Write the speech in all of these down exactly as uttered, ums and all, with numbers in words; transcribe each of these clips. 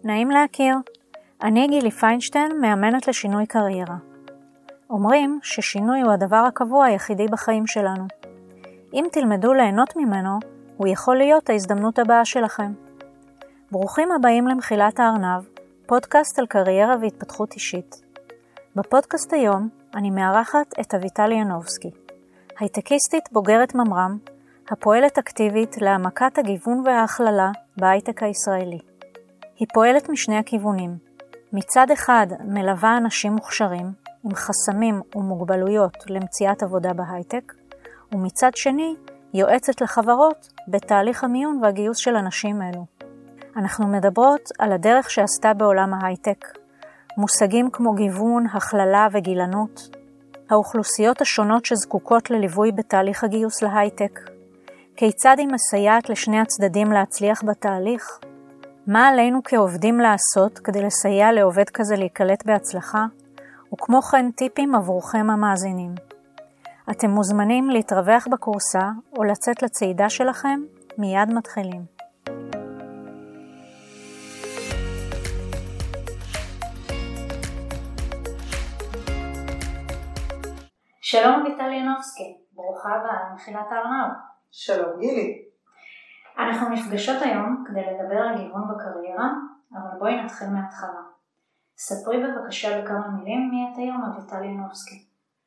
נעים להכיר. אני גילי פיינשטיין, מאמנת לשינוי קריירה. אומרים ששינוי הוא הדבר הקבוע היחידי בחיים שלנו. אם תלמדו ליהנות ממנו, הוא יכול להיות ההזדמנות הבאה שלכם. ברוכים הבאים למחילת הארנב, פודקאסט על קריירה והתפתחות אישית. בפודקאסט היום אני מארחת את אביטל ינובסקי, הייטקיסטית בוגרת ממר"ם, הפועלת אקטיבית להעמקת הגיוון וההכללה בהייטק הישראלי. היא פועלת משני הכיוונים. מצד אחד מלווה אנשים מוכשרים עם חסמים ומוגבלויות למציאת עבודה בהייטק, ומצד שני יועצת לחברות בתהליך המיון והגיוס של אנשים אלו. אנחנו מדברות על הדרך שעשתה בעולם ההייטק, מושגים כמו גיוון, הכללה וגילנות, האוכלוסיות השונות שזקוקות לליווי בתהליך הגיוס להייטק, כיצד היא מסייעת לשני הצדדים להצליח בתהליך, מה עלינו כעובדים לעשות כדי לסייע לעובד כזה להיקלט בהצלחה, וכמו כן טיפים עבורכם המאזינים. אתם מוזמנים להתרווח בקורסה או לצאת לצעידה שלכם, מיד מתחילים. שלום אביטל ינובסקי, ברוכה הבאה למחילת הארנב. שלום גילי. אנחנו נפגשות היום כדי לדבר על גיוון בקריירה, אבל בואי נתחיל מההתחלה. ספרי בבקשה בכמה מילים מי את היום אביטל ינובסקי.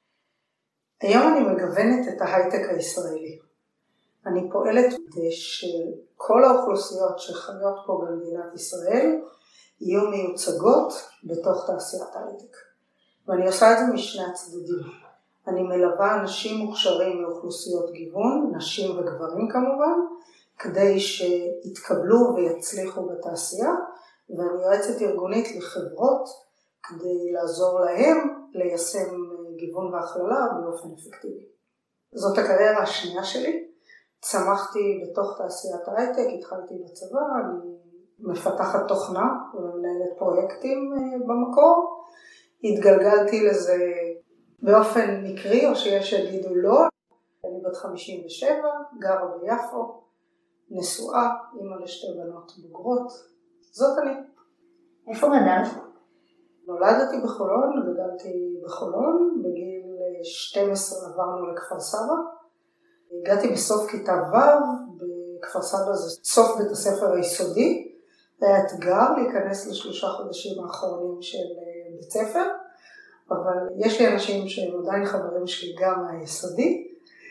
היום אני מגוונת את ההייטק הישראלי. אני פועלת כדי שכל האוכלוסיות שחיות פה במדינת ישראל יהיו מיוצגות בתוך תעשיית ההייטק. ואני עושה את זה משני הצדדים. אני מלווה אנשים מוכשרים מאוכלוסיות גיוון, נשים וגברים כמובן, כדי שיתקבלו ויצליחו בתעשייה, ואני יועצת ארגונית לחברות כדי לעזור להם ליישם גיוון והכללה באופן אפקטיבי. זאת הקריירה השנייה שלי. צמחתי בתוך תעשיית ההייטק, התחלתי בצבא, אני מפתחת תוכנה ומנהלת פרויקטים במקור. התגלגלתי לזה באופן מקרי, או שיש יגידו לא. אני בת חמישים ושבע, גרה ביפו, נשואה, אמא לשתי בנות בוגרות. זאת אני. איפה גדלת? נולדתי בחולון, גדלתי בחולון, בגיל שתים עשרה עברנו לכפר סבא. הגעתי בסוף כיתה ו', בכפר סבא זה סוף בית הספר היסודי. היה אתגר להיכנס לשלושה חודשים האחרונים של בית ספר, אבל יש לי אנשים שהם עדיין חברים שלי גם מהיסודי,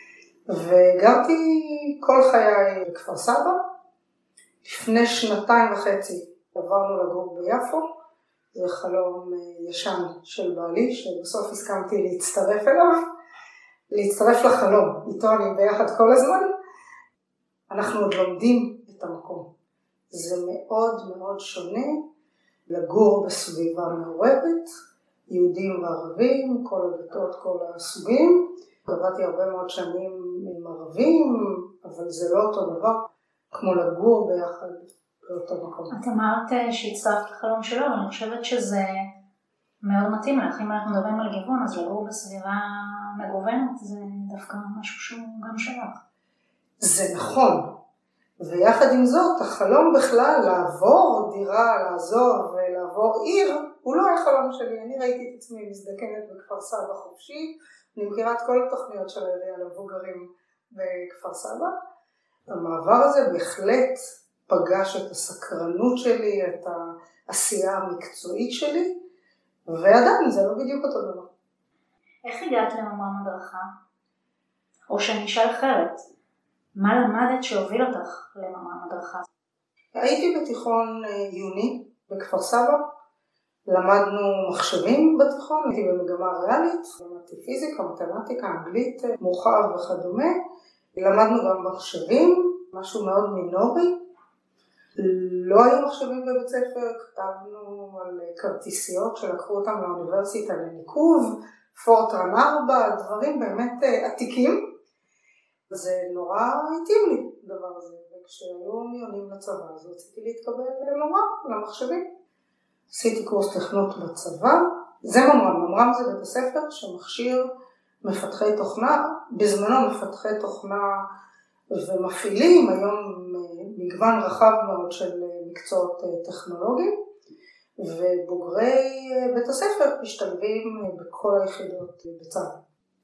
וגרתי כל חיי בכפר סבא. לפני שנתיים וחצי עברנו לגור ביפו, זה חלום ישן של בעלי, שבסוף הסכמתי להצטרף אליו, להצטרף לחלום, איתו אני ביחד כל הזמן. אנחנו עוד לומדים את המקום. זה מאוד מאוד שונה לגור בסביבה מעורבת, יהודים וערבים, כל הדתות, כל הסוגים. עבדתי הרבה מאוד שנים עם ערבים, אבל זה לא אותו דבר כמו לגור ביחד באותו מקום. את אמרת שהצטרפת לחלום שלו, ואני חושבת שזה מאוד מתאים לך. אם אנחנו מדברים על גיוון, אז לגור בסביבה מגוונת זה דווקא משהו שהוא גם שלך. זה נכון. ויחד עם זאת, החלום בכלל לעבור דירה, לעזוב ולעבור עיר, הוא לא היה חלום שלי. אני ראיתי את עצמי מזדקנת בכפר סבא חופשי. אני מכירה את כל התוכניות של העירייה למבוגרים בכפר סבא. המעבר הזה בהחלט פגש את הסקרנות שלי, את העשייה המקצועית שלי, ועדיין זה לא בדיוק אותו דבר. איך הגעת לממר"ם הדרכה? או שאני אשאל אחרת, מה למדת שהוביל אותך לממר"ם הדרכה? הייתי בתיכון יוני בכפר סבא, למדנו מחשבים בתיכון, הייתי במגמה ריאלית, למדתי פיזיקה, מתמטיקה, אנגלית, מורחב וכדומה. למדנו גם מחשבים, משהו מאוד מינורי. לא היו מחשבים בבית ספר, כתבנו על כרטיסיות שלקחו אותם לאוניברסיטה לניקוב, פורטרן ארבע, דברים באמת עתיקים. זה נורא התאים לי דבר הזה, וכשהיו מיונים לצבא, אז רציתי להתקבל לממר"ם, למחשבים. עשיתי קורס טכנות בצבא, זה ממר"ם, ממר"ם זה בית הספר שמכשיר מפתחי תוכנה, בזמנו מפתחי תוכנה ומפעילים, היום מגוון רחב מאוד של מקצועות טכנולוגיים. ובוגרי בית הספר משתלבים בכל היחידות בצה"ל.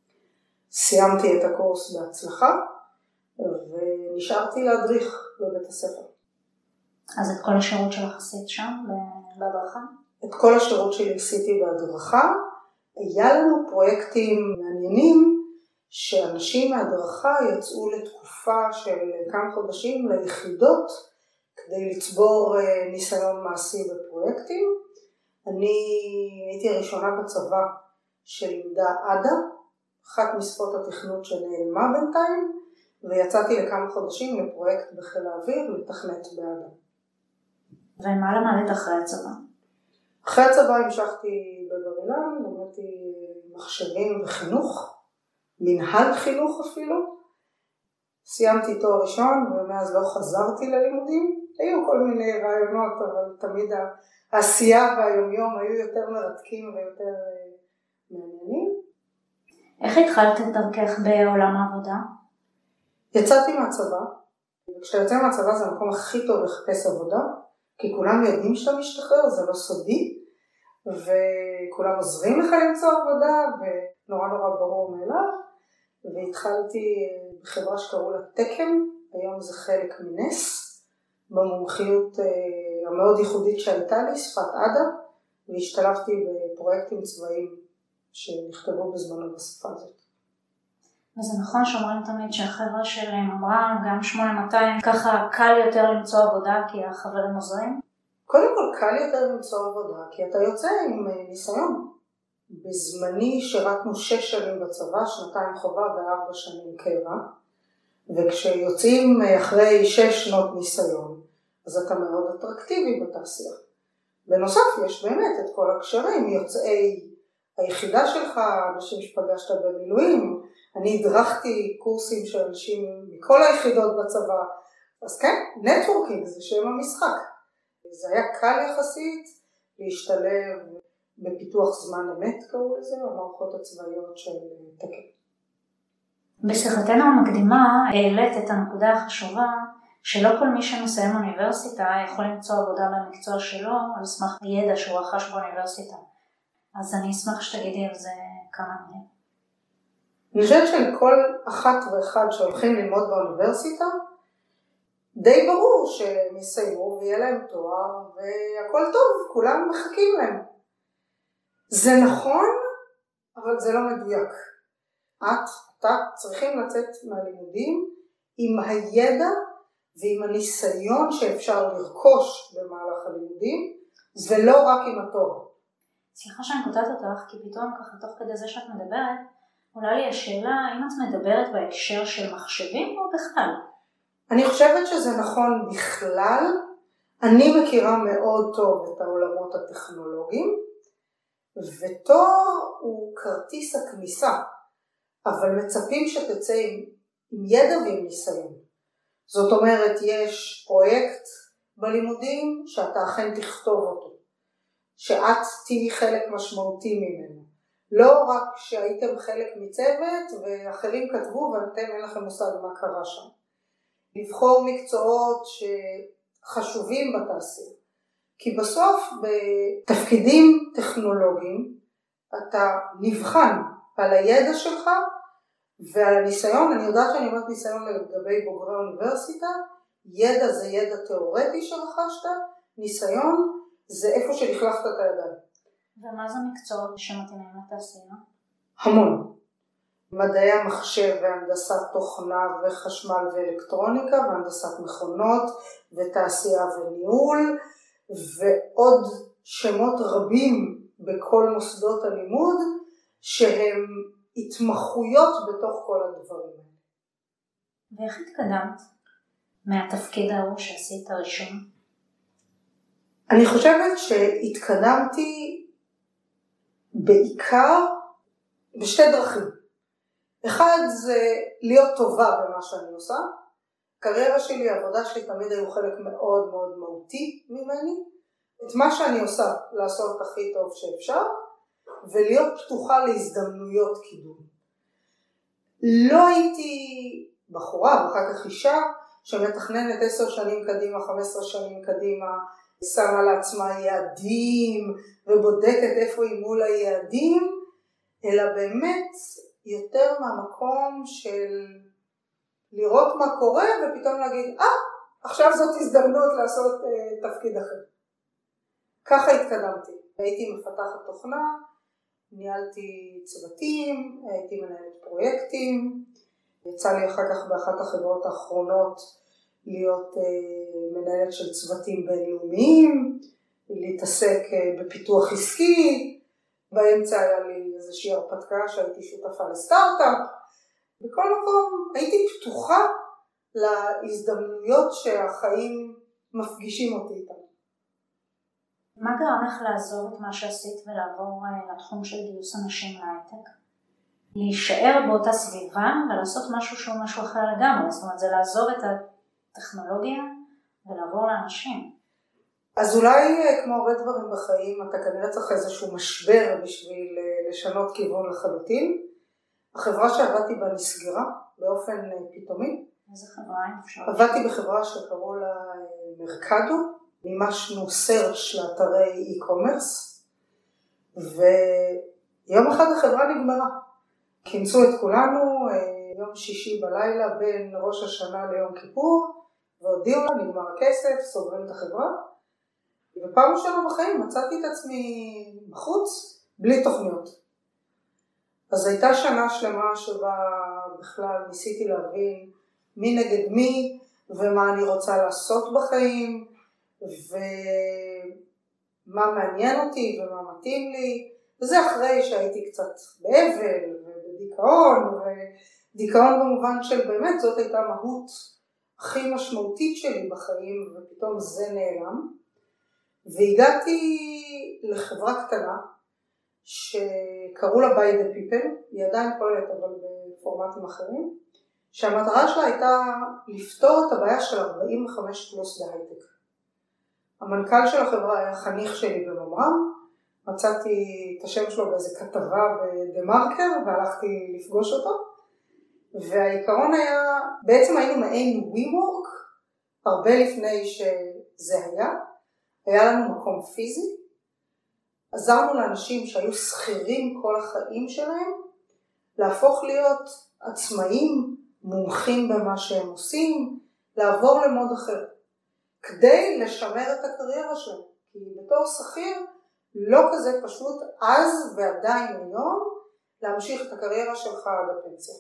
סיימתי את הקורס בהצלחה ונשארתי להדריך בבית הספר. אז את כל השירות שלך עשית שם בהדרכה? את כל השירות שלי עשיתי בהדרכה. היה לנו פרויקטים מעניינים שאנשים מהדרכה יצאו לתקופה של כמה חודשים ליחידות כדי לצבור ניסיון מעשי בפרויקטים. אני הייתי הראשונה בצבא שלימדה עדה, אחת משפות התכנות שנעלמה בינתיים, ויצאתי לכמה חודשים לפרויקט בחיל האוויר לתכנת בעדה. ומה למדת אחרי הצבא? אחרי הצבא המשכתי בבר אילן, למדתי מחשבים וחינוך, מנהל חינוך אפילו. סיימתי תואר ראשון ומאז לא חזרתי ללימודים. היו כל מיני רעיונות, אבל תמיד העשייה והיומיום היו יותר מרתקים ויותר מעניינים. איך התחלת את דרכך בעולם העבודה? יצאתי מהצבא, וכשאתה יוצא מהצבא זה המקום הכי טוב לחפש עבודה, כי כולם יודעים שאתה משתחרר, זה לא סודי, וכולם עוזרים לך למצוא עבודה, ונורא נורא ברור מאליו. והתחלתי בחברה שקראו לה תקם, היום זה חלק מנס, במומחיות המאוד ייחודית שהייתה לי, שפת עדה, והשתלבתי בפרויקטים צבאיים שנכתבו בזמנו בשפה הזאת. וזה נכון שאומרים תמיד שהחברה שלהם אמרה, גם שמונה מאתיים, ככה קל יותר למצוא עבודה כי החברים עוזרים? קודם כל קל יותר למצוא עבודה, כי אתה יוצא עם ניסיון. בזמני שירתנו שש שנים בצבא, שנתיים חובה וארבע שנים קבע, וכשיוצאים אחרי שש שנות ניסיון, אז אתה מאוד אטרקטיבי בתעשייה. בנוסף יש באמת את כל הקשרים, יוצאי היחידה שלך, אנשים שפגשת במילואים, אני הדרכתי קורסים של אנשים מכל היחידות בצבא, אז כן, נטוורקינג זה שם המשחק. זה היה קל יחסית להשתלב בפיתוח זמן אמת, קראו לזה, המערכות הצבאיות של תקן. בשיחתנו המקדימה העלית את הנקודה החשובה שלא כל מי שמסיים אוניברסיטה יכול למצוא עבודה במקצוע שלו על סמך ידע שהוא רכש באוניברסיטה. אז אני אשמח שתגידי על זה כמה מילים. אני חושבת שלכל אחת ואחד שהולכים ללמוד באוניברסיטה, די ברור שהם יסיימו ויהיה להם תואר והכל טוב, כולם מחכים להם. זה נכון, אבל זה לא מדויק. את, אתה צריכים לצאת מהלימודים עם הידע ועם הניסיון שאפשר לרכוש במהלך הלימודים, ולא רק עם התואר. סליחה שאני קוטעת אותך, כי פתאום ככה תוך כדי זה שאת מדברת, עולה לי השאלה אם את מדברת בהקשר של מחשבים או בכלל? אני חושבת שזה נכון בכלל. אני מכירה מאוד טוב את העולמות הטכנולוגיים, ותואר הוא כרטיס הכניסה, אבל מצפים שתצא עם, עם ידע ועם ניסיון. זאת אומרת, יש פרויקט בלימודים שאתה אכן תכתוב אותו, שאת תהיי חלק משמעותי ממנו. לא רק שהייתם חלק מצוות ואחרים כתבו ואתם אין לכם מושג מה קרה שם. לבחור מקצועות שחשובים בתעשייה. כי בסוף בתפקידים טכנולוגיים אתה נבחן על הידע שלך ועל הניסיון. אני יודעת שאני אומרת ניסיון לגבי בוגרי אוניברסיטה, ידע זה ידע תיאורטי שרכשת, ניסיון זה איפה שלכלכת את הידיים. ומה זה מקצועות שמתאימים לתעשייה? המון. מדעי המחשב והנדסת תוכנה וחשמל ואלקטרוניקה והנדסת מכונות ותעשייה וניהול ועוד שמות רבים בכל מוסדות הלימוד שהם התמחויות בתוך כל הדברים. ואיך התקדמת מהתפקיד ההוא שעשית הראשון? אני חושבת שהתקדמתי בעיקר בשתי דרכים. אחד זה להיות טובה במה שאני עושה. הקריירה שלי, העבודה שלי תמיד היו חלק מאוד מאוד מהותי ממני. את מה שאני עושה לעשות הכי טוב שאפשר, ולהיות פתוחה להזדמנויות קידום. לא הייתי בחורה, ואחר כך אישה, שמתכננת עשר שנים קדימה, חמש עשרה שנים קדימה, שמה לעצמה יעדים ובודקת איפה היא מול היעדים, אלא באמת יותר מהמקום של לראות מה קורה ופתאום להגיד, אה, עכשיו זאת הזדמנות לעשות אה, תפקיד אחר. ככה התקדמתי. הייתי מפתחת תוכנה, ניהלתי צוותים, הייתי מנהלת פרויקטים, יצא לי אחר כך באחת החברות האחרונות להיות אה, מנהלת של צוותים בינלאומיים, להתעסק אה, בפיתוח עסקי, באמצע היה לי איזושהי הרפתקה שהייתי שותפה לסטארט-אפ, בכל מקום הייתי פתוחה להזדמנויות שהחיים מפגישים אותי איתם. מה גרם לך לעזוב את מה שעשית ולעבור לתחום של גיוס אנשים להייטק? להישאר באותה סביבה ולעשות משהו שהוא משהו אחר לגמרי, זאת אומרת זה לעזוב את הטכנולוגיה ולעבור לאנשים. אז אולי כמו הרבה דברים בחיים אתה כנראה צריך איזשהו משבר בשביל לשנות כיוון לחלוטין. החברה שעבדתי בה נסגרה באופן פתאומי. איזה חברה אפשר? עבדתי בחברה שקראו לה מרקדו, מימשנו סרצ' לאתרי אי-קומרס, ויום אחד החברה נגמרה. כינסו את כולנו יום שישי בלילה בין ראש השנה ליום כיפור, והודיעו לה נגמר הכסף, סוגרים את החברה, ופעם ראשונה בחיים מצאתי את עצמי בחוץ בלי תוכניות. אז הייתה שנה שלמה שבה בכלל ניסיתי להבין מי נגד מי ומה אני רוצה לעשות בחיים ומה מעניין אותי ומה מתאים לי. וזה אחרי שהייתי קצת באבל ובדיכאון, ודיכאון במובן של באמת זאת הייתה מהות הכי משמעותית שלי בחיים ופתאום זה נעלם. והגעתי לחברה קטנה שקראו לה by the people, היא עדיין פועלת אבל בפורמטים אחרים, שהמטרה שלה הייתה לפתור את הבעיה של ארבעים וחמש פלוס בהייטק. המנכ"ל של החברה היה חניך שלי בממר"ם, מצאתי את השם שלו באיזה כתבה בדה מרקר והלכתי לפגוש אותו, והעיקרון היה, בעצם היינו מעין WeWork, הרבה לפני שזה היה, היה לנו מקום פיזי, עזרנו לאנשים שהיו שכירים כל החיים שלהם, להפוך להיות עצמאים, מומחים במה שהם עושים, לעבור למוד אחר, כדי לשמר את הקריירה שלהם. כי בתור שכיר לא כזה פשוט אז ועדיין היום להמשיך את הקריירה שלך עד הפנסיה.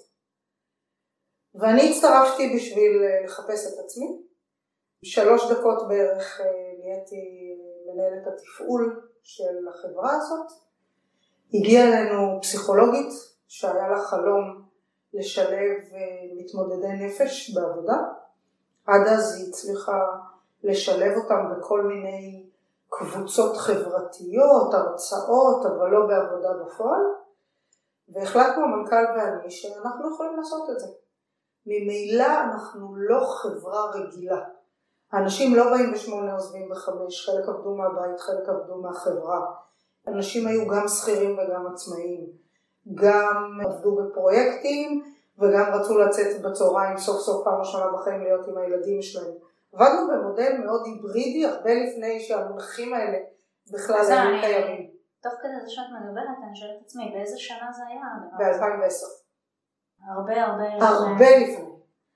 ואני הצטרפתי בשביל לחפש את עצמי. שלוש דקות בערך נהייתי מנהלת התפעול של החברה הזאת. הגיעה אלינו פסיכולוגית שהיה לה חלום לשלב מתמודדי נפש בעבודה. עד אז היא הצליחה לשלב אותם בכל מיני קבוצות חברתיות, הרצאות, אבל לא בעבודה בפועל. והחלטנו המנכ"ל ואני שאנחנו יכולים לעשות את זה. ממילא אנחנו לא חברה רגילה. האנשים לא באים בשמונה עוזבים בחמש, חלק עבדו מהבית, חלק עבדו מהחברה. אנשים היו גם שכירים וגם עצמאים, גם עבדו בפרויקטים וגם רצו לצאת בצהריים סוף סוף פעם ראשונה בחיים להיות עם הילדים שלהם. עבדנו במודל מאוד היברידי הרבה לפני שהמונחים האלה בכלל היו קיימים. תוך כדי זה שאת מדברת, אני שואלת את עצמי, באיזה שנה זה היה? ב-אלפיים ועשר. הרבה הרבה הרבה לפני.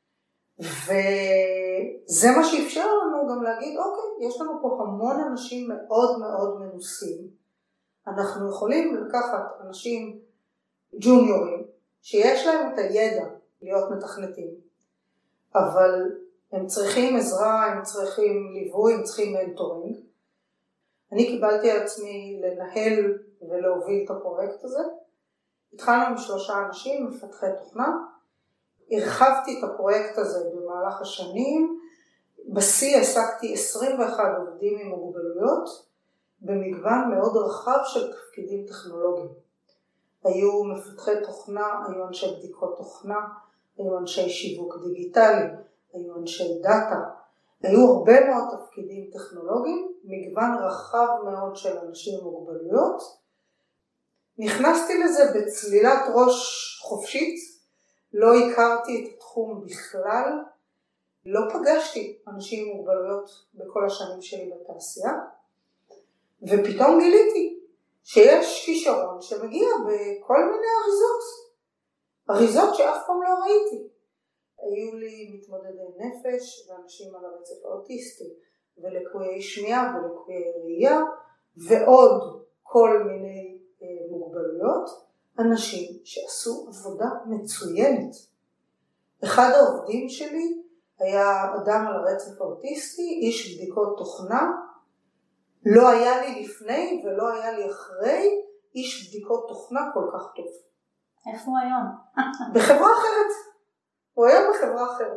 וזה מה שאפשר לנו גם להגיד, אוקיי, יש לנו פה המון אנשים מאוד מאוד מנוסים. אנחנו יכולים לקחת אנשים ג'וניורים, שיש להם את הידע להיות מתכנתים, אבל הם צריכים עזרה, הם צריכים ליווי, הם צריכים מנטורינג. אני קיבלתי על עצמי לנהל ולהוביל את הפרויקט הזה. התחלנו עם שלושה אנשים, מפתחי תוכנה. הרחבתי את הפרויקט הזה במהלך השנים. בשיא העסקתי עשרים ואחד עובדים עם מוגבלויות, במגוון מאוד רחב של תפקידים טכנולוגיים. היו מפתחי תוכנה, היו אנשי בדיקות תוכנה, היו אנשי שיווק דיגיטלי, היו אנשי דאטה, היו הרבה מאוד תפקידים טכנולוגיים, מגוון רחב מאוד של אנשים עם מוגבלויות. נכנסתי לזה בצלילת ראש חופשית, לא הכרתי את התחום בכלל, לא פגשתי אנשים עם מוגבלויות בכל השנים שלי בתעשייה, ופתאום גיליתי שיש כישרון שמגיע בכל מיני אריזות, אריזות שאף פעם לא ראיתי. היו לי מתמודדי נפש ואנשים על הרצף האוטיסטי, ולקויי שמיעה ולקויי ראייה, ועוד כל מיני אה, מוגבלויות, אנשים שעשו עבודה מצוינת. אחד העובדים שלי היה אדם על הרצף האוטיסטי, איש בדיקות תוכנה, לא היה לי לפני ולא היה לי אחרי איש בדיקות תוכנה כל כך טוב. איפה הוא היום? בחברה אחרת. הוא היום בחברה אחרת.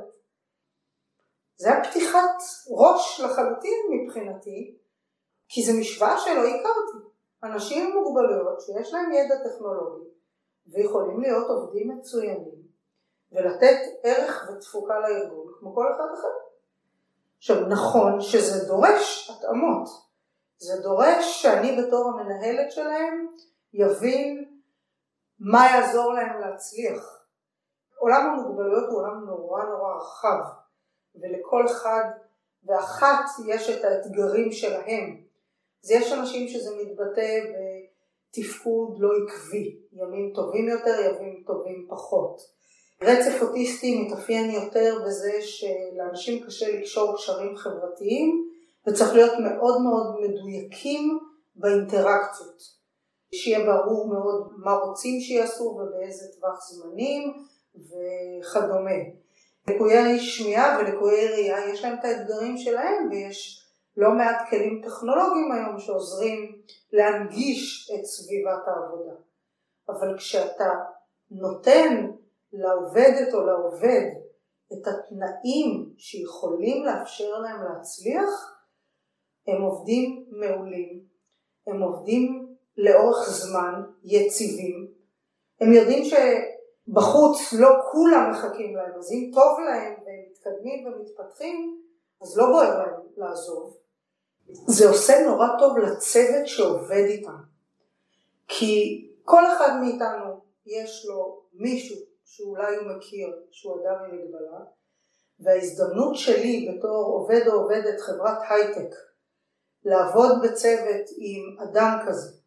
זה היה פתיחת ראש לחלוטין מבחינתי, כי זה משוואה שלא הכרתי. אנשים עם מוגבלויות שיש להם ידע טכנולוגי, ויכולים להיות עובדים מצוינים, ולתת ערך ותפוקה לארגון, כמו כל אחד אחר. עכשיו, נכון שזה דורש התאמות. זה דורש שאני בתור המנהלת שלהם יבין מה יעזור להם להצליח. עולם המוגבלויות הוא עולם נורא נורא רחב, ולכל אחד ואחת יש את האתגרים שלהם. אז יש אנשים שזה מתבטא בתפקוד לא עקבי, ימים טובים יותר, ימים טובים פחות. רצף אוטיסטי מתאפיין יותר בזה שלאנשים קשה לקשור קשרים חברתיים, וצריך להיות מאוד מאוד מדויקים באינטראקציות. שיהיה ברור מאוד מה רוצים שיעשו ובאיזה טווח זמנים וכדומה. לקויי שמיעה ולקויי ראייה יש להם את האתגרים שלהם, ויש לא מעט כלים טכנולוגיים היום שעוזרים להנגיש את סביבת העבודה. אבל כשאתה נותן לעובדת או לעובד את התנאים שיכולים לאפשר להם להצליח, הם עובדים מעולים, הם עובדים לאורך זמן, יציבים, הם יודעים שבחוץ לא כולם מחכים להם, אז אם טוב להם והם מתקדמים ומתפתחים, אז לא בוער להם לעזוב. זה עושה נורא טוב לצוות שעובד איתם, כי כל אחד מאיתנו יש לו מישהו שאולי הוא מכיר, שהוא אדם עם מגבלה, וההזדמנות שלי בתור עובד או עובדת חברת הייטק, לעבוד בצוות עם אדם כזה,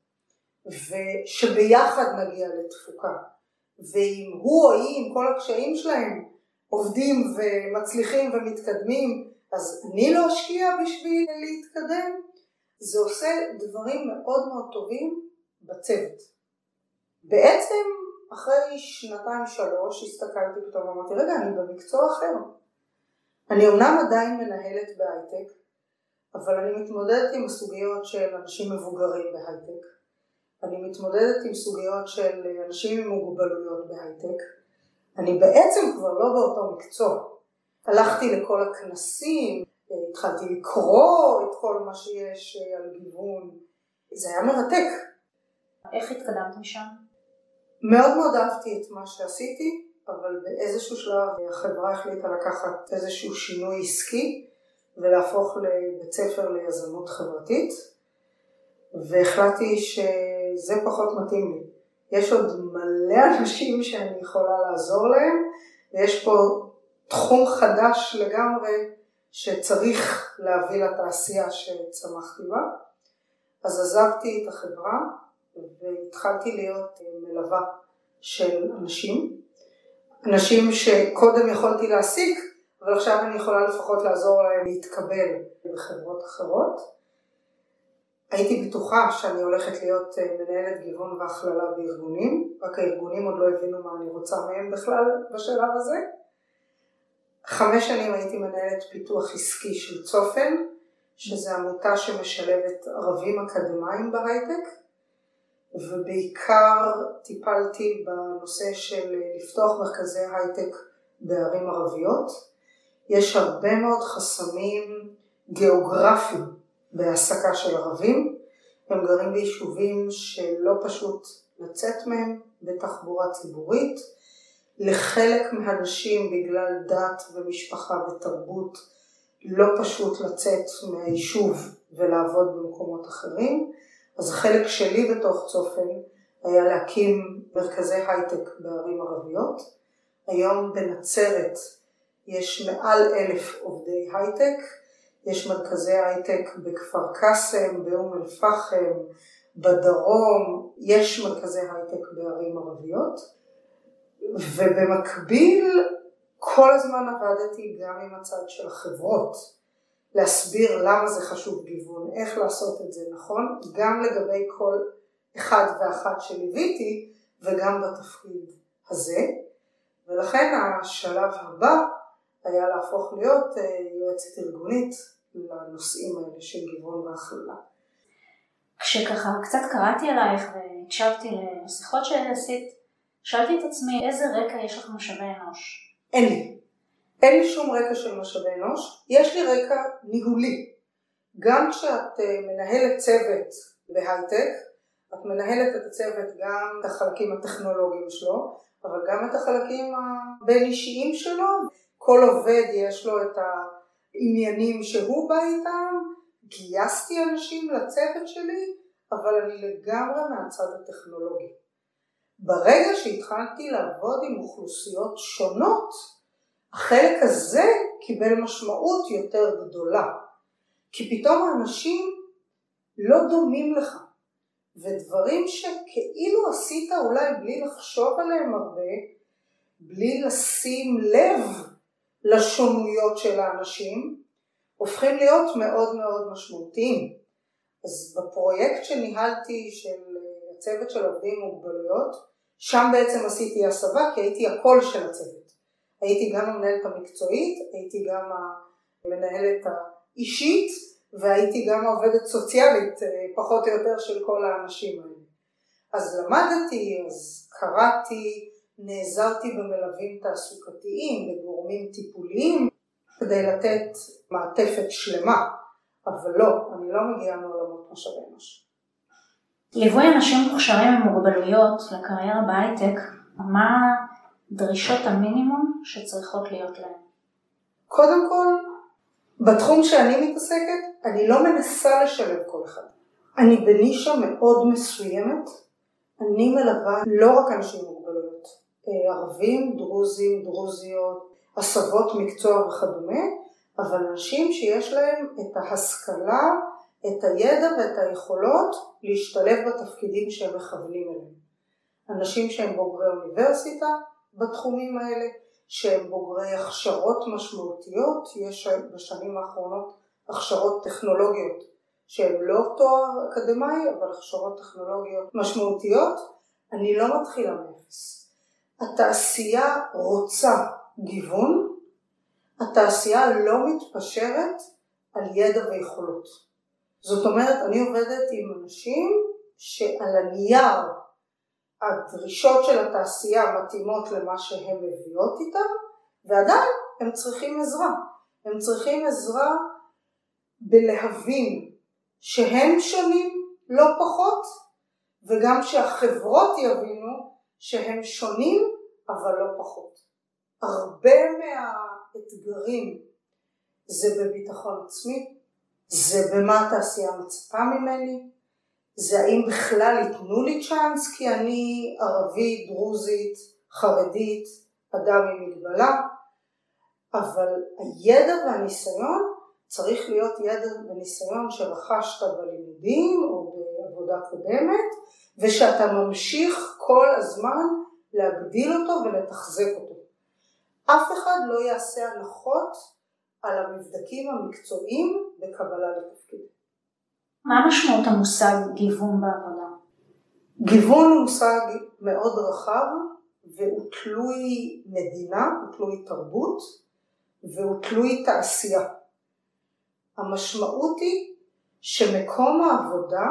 ושביחד נגיע לתפוקה, ואם הוא או היא עם כל הקשיים שלהם עובדים ומצליחים ומתקדמים, אז אני לא אשקיע בשביל להתקדם. זה עושה דברים מאוד מאוד טובים בצוות. בעצם אחרי שנתיים שלוש הסתכלתי פתאום ואמרתי, רגע, אני במקצוע אחר. אני אומנם עדיין מנהלת בהייטק, אבל אני מתמודדת עם סוגיות של אנשים מבוגרים בהייטק. אני מתמודדת עם סוגיות של אנשים עם מוגבלויות בהייטק. אני בעצם כבר לא באותו מקצוע. הלכתי לכל הכנסים, התחלתי לקרוא את כל מה שיש על גיוון. זה היה מרתק. איך התקדמת משם? מאוד מאוד אהבתי את מה שעשיתי, אבל באיזשהו שלב החברה החליטה לקחת איזשהו שינוי עסקי, ולהפוך לבית ספר ליזמות חברתית, והחלטתי שזה פחות מתאים לי. יש עוד מלא אנשים שאני יכולה לעזור להם, ויש פה תחום חדש לגמרי שצריך להביא לתעשייה שצמחתי בה. אז עזבתי את החברה והתחלתי להיות מלווה של אנשים, אנשים שקודם יכולתי להעסיק, אבל עכשיו אני יכולה לפחות לעזור להם להתקבל בחברות אחרות. הייתי בטוחה שאני הולכת להיות מנהלת גיוון והכללה בארגונים, רק הארגונים עוד לא הבינו מה אני רוצה מהם בכלל בשלב הזה. חמש שנים הייתי מנהלת פיתוח עסקי של צופן, שזו עמותה שמשלבת ערבים אקדמיים בהייטק, ובעיקר טיפלתי בנושא של לפתוח מרכזי הייטק בערים ערביות. יש הרבה מאוד חסמים גיאוגרפיים בהעסקה של ערבים, הם גרים ביישובים שלא פשוט לצאת מהם בתחבורה ציבורית, לחלק מהאנשים בגלל דת ומשפחה ותרבות לא פשוט לצאת מהיישוב ולעבוד במקומות אחרים. אז החלק שלי בתוך צופן היה להקים מרכזי הייטק בערים ערביות. היום בנצרת יש מעל אלף עובדי הייטק, יש מרכזי הייטק בכפר קאסם, באום אל פחם, בדרום, יש מרכזי הייטק בערים ערביות, ובמקביל כל הזמן עבדתי גם עם הצד של החברות, להסביר למה זה חשוב גיוון, איך לעשות את זה נכון, גם לגבי כל אחד ואחת שליוויתי, וגם בתפקיד הזה, ולכן השלב הבא היה להפוך להיות יועצת ארגונית לנושאים האלה של גיוון והכללה. כשככה קצת קראתי עלייך והקשבתי לשיחות שעשית, שאלתי את עצמי איזה רקע יש לך משאבי אנוש? אין לי. אין לי שום רקע של משאבי אנוש. יש לי רקע ניהולי. גם כשאת מנהלת צוות בהייטק, את מנהלת את הצוות גם את החלקים הטכנולוגיים שלו, אבל גם את החלקים הבין אישיים שלו. כל עובד יש לו את העניינים שהוא בא איתם, גייסתי אנשים לצוות שלי, אבל אני לגמרי מהצד הטכנולוגי. ברגע שהתחלתי לעבוד עם אוכלוסיות שונות, החלק הזה קיבל משמעות יותר גדולה. כי פתאום האנשים לא דומים לך, ודברים שכאילו עשית אולי בלי לחשוב עליהם הרבה, בלי לשים לב לשונויות של האנשים, הופכים להיות מאוד מאוד משמעותיים. אז בפרויקט שניהלתי של הצוות של עובדים עם מוגבלויות, שם בעצם עשיתי הסבה, כי הייתי הקול של הצוות. הייתי גם המנהלת המקצועית, הייתי גם המנהלת האישית, והייתי גם העובדת סוציאלית, פחות או יותר של כל האנשים האלה. אז למדתי, אז קראתי, נעזרתי במלווים תעסוקתיים, בגורמים טיפוליים, כדי לתת מעטפת שלמה, אבל לא, אני לא מגיעה מעולמות משאבי אנוש. ליווי אנשים מוכשרים עם מוגבלויות לקריירה בהייטק, מה דרישות המינימום שצריכות להיות להם? קודם כל, בתחום שאני מתעסקת, אני לא מנסה לשלב כל אחד. אני בנישה מאוד מסוימת, אני מלווה לא רק אנשים עם מוגבלויות, ערבים, דרוזים, דרוזיות, הסבות מקצוע וכדומה, אבל אנשים שיש להם את ההשכלה, את הידע ואת היכולות להשתלב בתפקידים שהם מכוונים אליהם. אנשים שהם בוגרי אוניברסיטה בתחומים האלה, שהם בוגרי הכשרות משמעותיות, יש בשנים האחרונות הכשרות טכנולוגיות, שהן לא תואר אקדמי, אבל הכשרות טכנולוגיות משמעותיות. אני לא מתחילה מאפס. התעשייה רוצה גיוון, התעשייה לא מתפשרת על ידע ויכולות. זאת אומרת, אני עובדת עם אנשים שעל הנייר הדרישות של התעשייה מתאימות למה שהן מביאות איתן, ועדיין הם צריכים עזרה. הם צריכים עזרה בלהבין שהם שונים לא פחות, וגם שהחברות יבינו שהם שונים אבל לא פחות. הרבה מהאתגרים זה בביטחון עצמי, זה במה התעשייה מצפה ממני, זה האם בכלל ייתנו לי צ'אנס כי אני ערבית, דרוזית, חרדית, אדם עם מגבלה, אבל הידע והניסיון צריך להיות ידע וניסיון שרכשת בלימודים או בעבודה קודמת, ושאתה ממשיך כל הזמן להגדיל אותו ולתחזק אותו. אף אחד לא יעשה הנחות על המבדקים המקצועיים בקבלה לתפקיד. מה משמעות המושג גיוון בעבודה? גיוון הוא מושג מאוד רחב, והוא תלוי מדינה, הוא תלוי תרבות, והוא תלוי תעשייה. המשמעות היא שמקום העבודה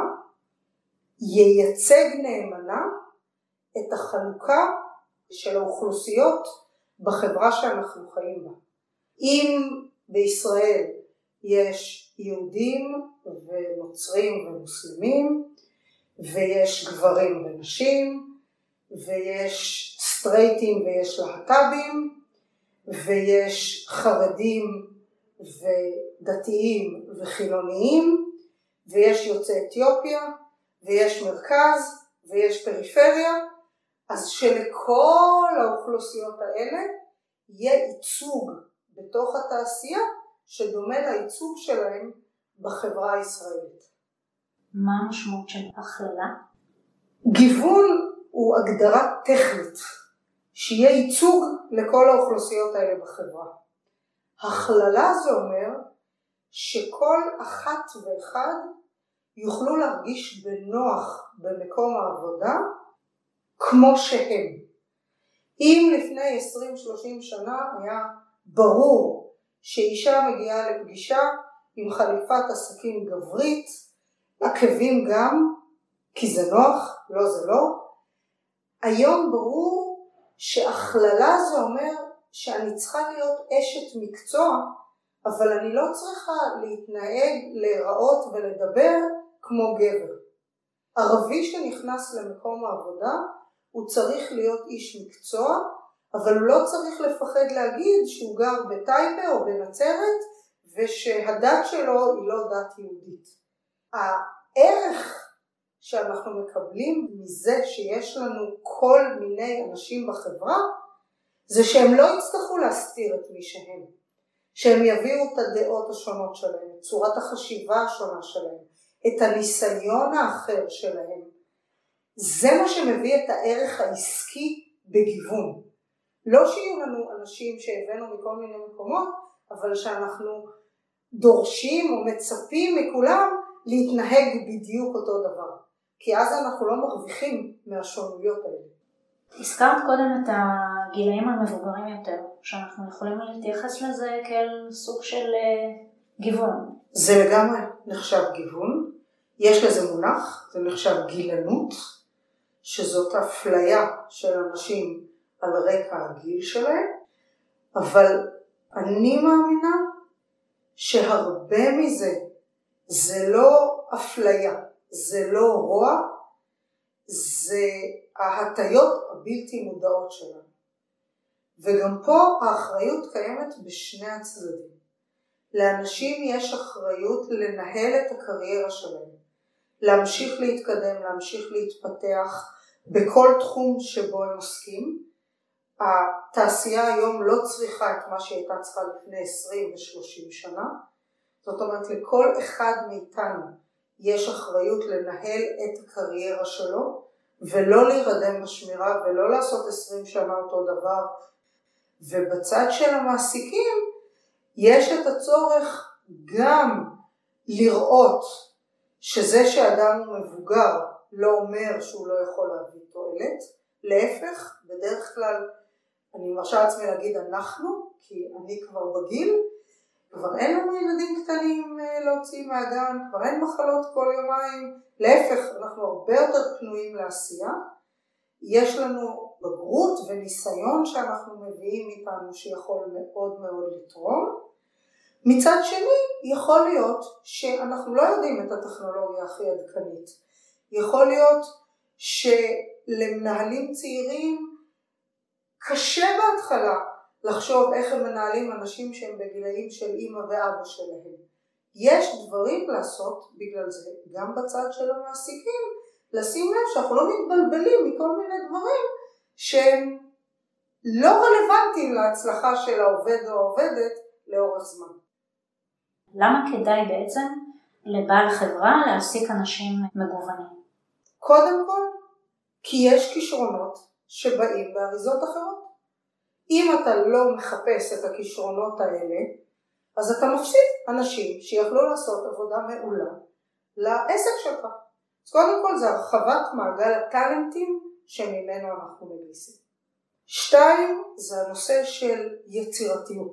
ייצג נאמנה את החלוקה של האוכלוסיות בחברה שאנחנו חיים בה. אם בישראל יש יהודים ונוצרים ומוסלמים, ויש גברים ונשים, ויש סטרייטים ויש להט"בים, ויש חרדים ודתיים וחילוניים, ויש יוצאי אתיופיה, ויש מרכז, ויש פריפריה, אז שלכל האוכלוסיות האלה יהיה ייצוג בתוך התעשייה שדומה לייצוג שלהם בחברה הישראלית. מה המשמעות של הכללה? גיוון הוא הגדרה טכנית, שיהיה ייצוג לכל האוכלוסיות האלה בחברה. הכללה זה אומר שכל אחת ואחד יוכלו להרגיש בנוח במקום העבודה כמו שהם. אם לפני עשרים שלושים שנה היה ברור שאישה מגיעה לפגישה עם חליפת עסקים גברית, עקבים גם, כי זה נוח, לא זה לא. היום ברור שהכללה זה אומר שאני צריכה להיות אשת מקצוע, אבל אני לא צריכה להתנהג, להיראות ולדבר כמו גבר. ערבי שנכנס למקום העבודה, הוא צריך להיות איש מקצוע, אבל הוא לא צריך לפחד להגיד שהוא גר בטייבה או בנצרת, ושהדת שלו היא לא דת יהודית. הערך שאנחנו מקבלים מזה שיש לנו כל מיני אנשים בחברה, זה שהם לא יצטרכו להסתיר את מי שהם. שהם יביאו את הדעות השונות שלהם, את צורת החשיבה השונה שלהם, את הניסיון האחר שלהם. זה מה שמביא את הערך העסקי בגיוון. לא שיהיו לנו אנשים שהבאנו מכל מיני מקומות, אבל שאנחנו דורשים או מצפים מכולם להתנהג בדיוק אותו דבר. כי אז אנחנו לא מרוויחים מהשונויות האלה. הזכרת קודם את הגילאים המבוגרים יותר, שאנחנו יכולים להתייחס לזה כאל סוג של גיוון. זה לגמרי נחשב גיוון. יש לזה מונח, זה נחשב גילנות, שזאת אפליה של אנשים על רקע הגיל שלהם, אבל אני מאמינה שהרבה מזה זה לא אפליה, זה לא רוע, זה ההטיות הבלתי מודעות שלנו. וגם פה האחריות קיימת בשני הצדדים. לאנשים יש אחריות לנהל את הקריירה שלהם, להמשיך להתקדם, להמשיך להתפתח בכל תחום שבו הם עוסקים. התעשייה היום לא צריכה את מה שהייתה צריכה לפני עשרים ושלושים שנה. זאת אומרת, לכל אחד מאיתנו יש אחריות לנהל את הקריירה שלו, ולא להירדם בשמירה ולא לעשות עשרים שנה אותו דבר. ובצד של המעסיקים יש את הצורך גם לראות שזה שאדם הוא מבוגר לא אומר שהוא לא יכול להביא תועלת. להפך, בדרך כלל אני מרשה לעצמי להגיד אנחנו, כי אני כבר בגיל, כבר אין לנו ילדים קטנים להוציא מהגן, כבר אין מחלות כל יומיים, להפך, אנחנו הרבה יותר פנויים לעשייה. יש לנו בגרות וניסיון שאנחנו מביאים איתנו שיכול מאוד מאוד לתרום. מצד שני, יכול להיות שאנחנו לא יודעים את הטכנולוגיה הכי עדכנית. יכול להיות שלמנהלים צעירים קשה בהתחלה לחשוב איך הם מנהלים אנשים שהם בגילאים של אמא ואבא שלהם. יש דברים לעשות בגלל זה, גם בצד של המעסיקים, לשים לב שאנחנו לא מתבלבלים מכל מיני דברים שהם לא רלוונטיים להצלחה של העובד או העובדת לאורך זמן. למה כדאי בעצם לבעל חברה להעסיק אנשים מגוונים? קודם כל, כי יש כישרונות שבאים באריזות אחרות. אם אתה לא מחפש את הכישרונות האלה, אז אתה מפסיד אנשים שיכולו לעשות עבודה מעולה לעסק שלך. אז קודם כל זה הרחבת מעגל הטלנטים שממנו אנחנו מגייסים. שתיים, זה הנושא של יצירתיות.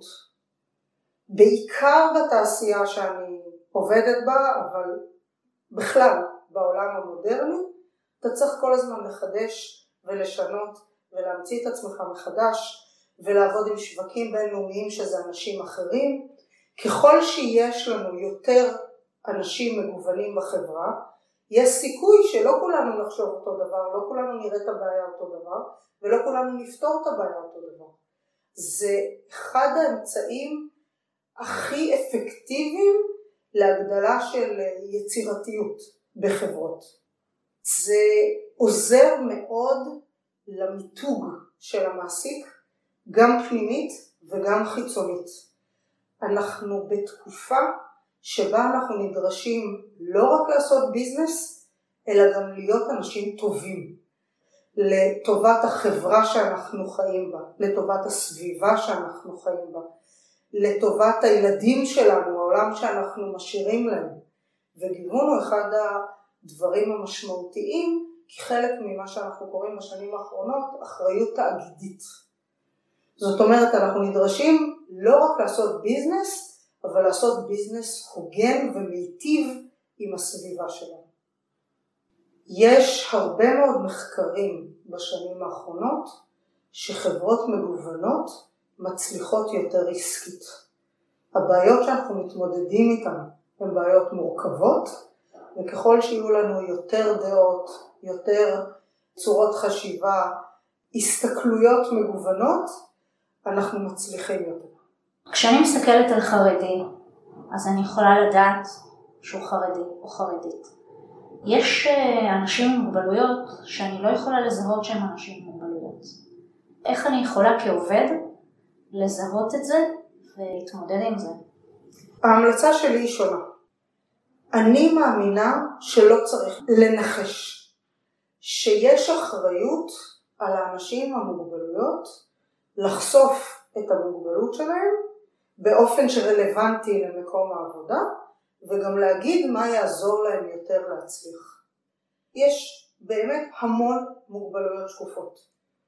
בעיקר בתעשייה שאני עובדת בה, אבל בכלל בעולם המודרני, אתה צריך כל הזמן לחדש ולשנות ולהמציא את עצמך מחדש, ולעבוד עם שווקים בינלאומיים שזה אנשים אחרים. ככל שיש לנו יותר אנשים מגוונים בחברה, יש סיכוי שלא כולנו נחשוב אותו דבר, לא כולנו נראה את הבעיה אותו דבר, ולא כולנו נפתור את הבעיה אותו דבר. זה אחד האמצעים הכי אפקטיביים להגדלה של יצירתיות בחברות. זה עוזר מאוד למיתוג של המעסיק, גם פנימית וגם חיצונית. אנחנו בתקופה שבה אנחנו נדרשים לא רק לעשות ביזנס, אלא גם להיות אנשים טובים, לטובת החברה שאנחנו חיים בה, לטובת הסביבה שאנחנו חיים בה, לטובת הילדים שלנו, העולם שאנחנו משאירים להם. וגיוון הוא אחד הדברים המשמעותיים, כי חלק ממה שאנחנו קוראים בשנים האחרונות, אחריות תאגידית. זאת אומרת, אנחנו נדרשים לא רק לעשות ביזנס, אבל לעשות ביזנס הוגן ומיטיב עם הסביבה שלנו. יש הרבה מאוד מחקרים בשנים האחרונות, שחברות מגוונות מצליחות יותר עסקית. הבעיות שאנחנו מתמודדים איתן הן בעיות מורכבות, וככל שיהיו לנו יותר דעות, יותר צורות חשיבה, הסתכלויות מגוונות, אנחנו מצליחים יותר. כשאני מסתכלת על חרדי, אז אני יכולה לדעת שהוא חרדי או חרדית. יש אנשים עם מוגבלויות שאני לא יכולה לזהות שהם אנשים עם מוגבלויות. איך אני יכולה כעובד לזהות את זה ולהתמודד עם זה? ההמלצה שלי היא שונה. אני מאמינה שלא צריך לנחש, שיש אחריות על האנשים המוגבלויות לחשוף את המוגבלות שלהם באופן שרלוונטי למקום העבודה, וגם להגיד מה יעזור להם יותר להצליח. יש באמת המון מוגבלויות שקופות.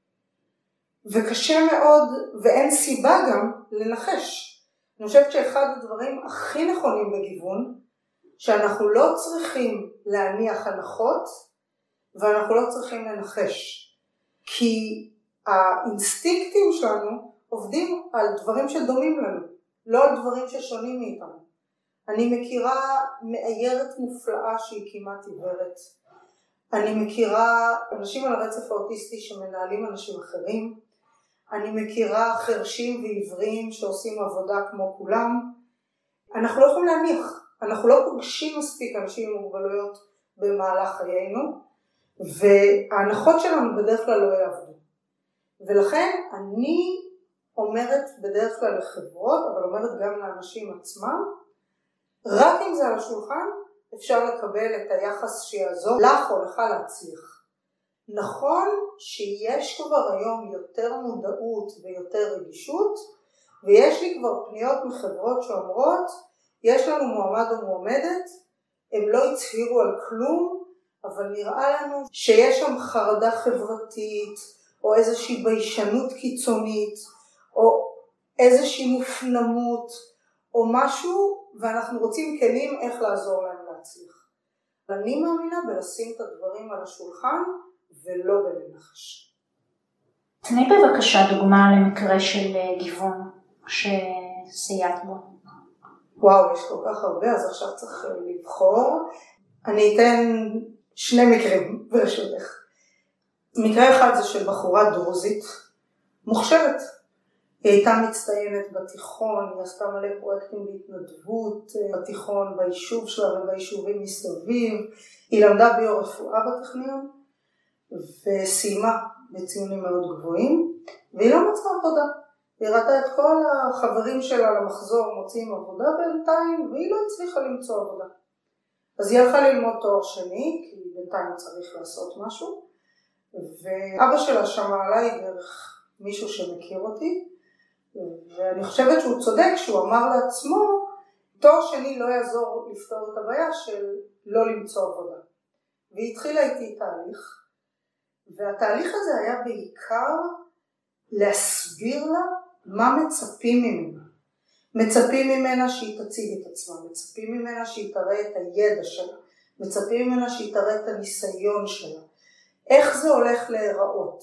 וקשה מאוד, ואין סיבה גם לנחש. אני חושבת שאחד הדברים הכי נכונים בגיוון, שאנחנו לא צריכים להניח הנחות, ואנחנו לא צריכים לנחש. כי האינסטינקטים שלנו עובדים על דברים שדומים לנו, לא על דברים ששונים מאיתנו. אני מכירה מאיירת מופלאה שהיא כמעט עיוורת. אני מכירה אנשים על הרצף האוטיסטי שמנהלים אנשים אחרים. אני מכירה חרשים ועיוורים שעושים עבודה כמו כולם. אנחנו לא יכולים להניח. אנחנו לא פוגשים מספיק אנשים עם מוגבלויות במהלך חיינו, וההנחות שלנו בדרך כלל לא יעבדו. ולכן אני אומרת בדרך כלל לחברות, אבל אומרת גם לאנשים עצמם, רק אם זה על השולחן, אפשר לקבל את היחס שיעזור לך או לך להצליח. נכון שיש כבר היום יותר מודעות ויותר רגישות, ויש לי כבר פניות מחברות שאומרות, יש לנו מועמד או מועמדת, הם לא הצהירו על כלום, אבל נראה לנו שיש שם חרדה חברתית, או איזושהי ביישנות קיצונית, או איזושהי מופנמות, או משהו, ואנחנו רוצים כלים איך לעזור להם להצליח. אני מאמינה בלשים את הדברים על השולחן, ולא בלנחש. תני בבקשה דוגמה למקרה של גיוון שסייעת בו. וואו, יש כל כך הרבה, אז עכשיו צריך לבחור. אני אתן שני מקרים ברשותך. מקרה אחד זה של בחורה דרוזית, מוכשרת. היא הייתה מצטיינת בתיכון, היא עשתה מלא פרויקטים בהתנדבות בתיכון, ביישוב שלה וביישובים מסביב. היא למדה ביו-רפואה בטכניון, וסיימה בציונים מאוד גבוהים, והיא לא מצאה עבודה. היא ראתה את כל החברים שלה למחזור מוצאים עבודה בינתיים, והיא לא הצליחה למצוא עבודה. אז היא הלכה ללמוד תואר שני, כי בינתיים צריך לעשות משהו, ואבא שלה שמע עליי דרך מישהו שמכיר אותי, ואני חושבת שהוא צודק, שהוא אמר לעצמו, תואר שני לא יעזור לפתור את הבעיה של לא למצוא עבודה. והיא התחילה איתי תהליך, והתהליך הזה היה בעיקר להסביר לה מה מצפים ממנה. מצפים ממנה שהיא תציג את עצמה, מצפים ממנה שהיא תראה את הידע שלה, מצפים ממנה שהיא תראה את הניסיון שלה, איך זה הולך להיראות.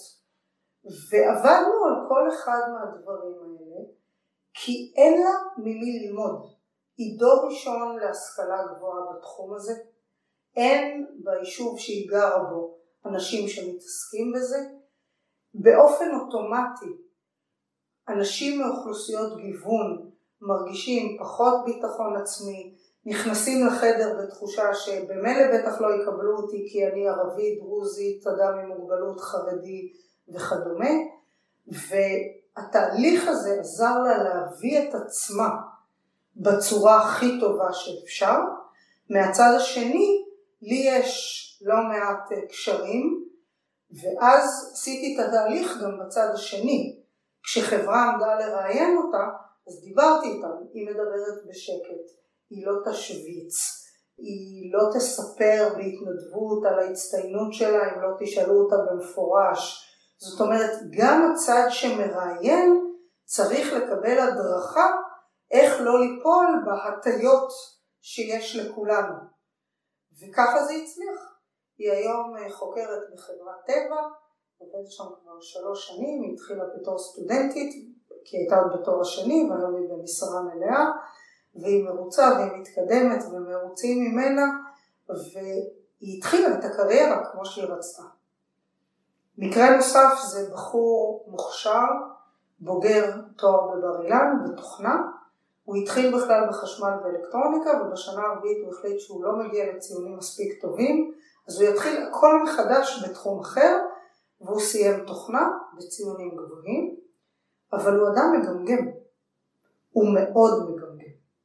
ועבדנו על כל אחד מהדברים האלה, כי אין לה ממי ללמוד. היא דור ראשון להשכלה גבוהה בתחום הזה, אין ביישוב שהיא גרה בו אנשים שמתעסקים בזה. באופן אוטומטי, אנשים מאוכלוסיות גיוון מרגישים פחות ביטחון עצמי, נכנסים לחדר בתחושה שבמילא בטח לא יקבלו אותי כי אני ערבי, דרוזית, אדם עם מוגבלות, חרדי וכדומה. והתהליך הזה עזר לה להביא את עצמה בצורה הכי טובה שאפשר. מהצד השני, לי יש לא מעט קשרים, ואז עשיתי את התהליך גם בצד השני. כשחברה עמדה לראיין אותה, אז דיברתי איתה, היא מדברת בשקט, היא לא תשוויץ, היא לא תספר בהתנדבות על ההצטיינות שלה, אם לא תשאלו אותה במפורש. זאת אומרת, גם הצד שמראיין צריך לקבל הדרכה איך לא ליפול בהטיות שיש לכולנו. וככה זה הצליח. היא היום חוקרת בחברת טבע, עובדת שם כבר שלוש שנים, היא התחילה בתור סטודנטית, כי הייתה עוד בתור השני, והיום היא במשרה מלאה, והיא מרוצה והיא מתקדמת ומרוצים ממנה, והיא התחילה את הקריירה כמו שהיא רצתה. מקרה נוסף זה בחור מוכשר, בוגר תואר בבר אילן, בתוכנה, הוא התחיל בכלל בחשמל ואלקטרוניקה, ובשנה הרביעית הוא החליט שהוא לא מגיע לציונים מספיק טובים, אז הוא יתחיל הכל מחדש בתחום אחר, והוא סיים תוכנה בציונים גבוהים, אבל הוא אדם מגמגם, הוא מאוד מגמגם.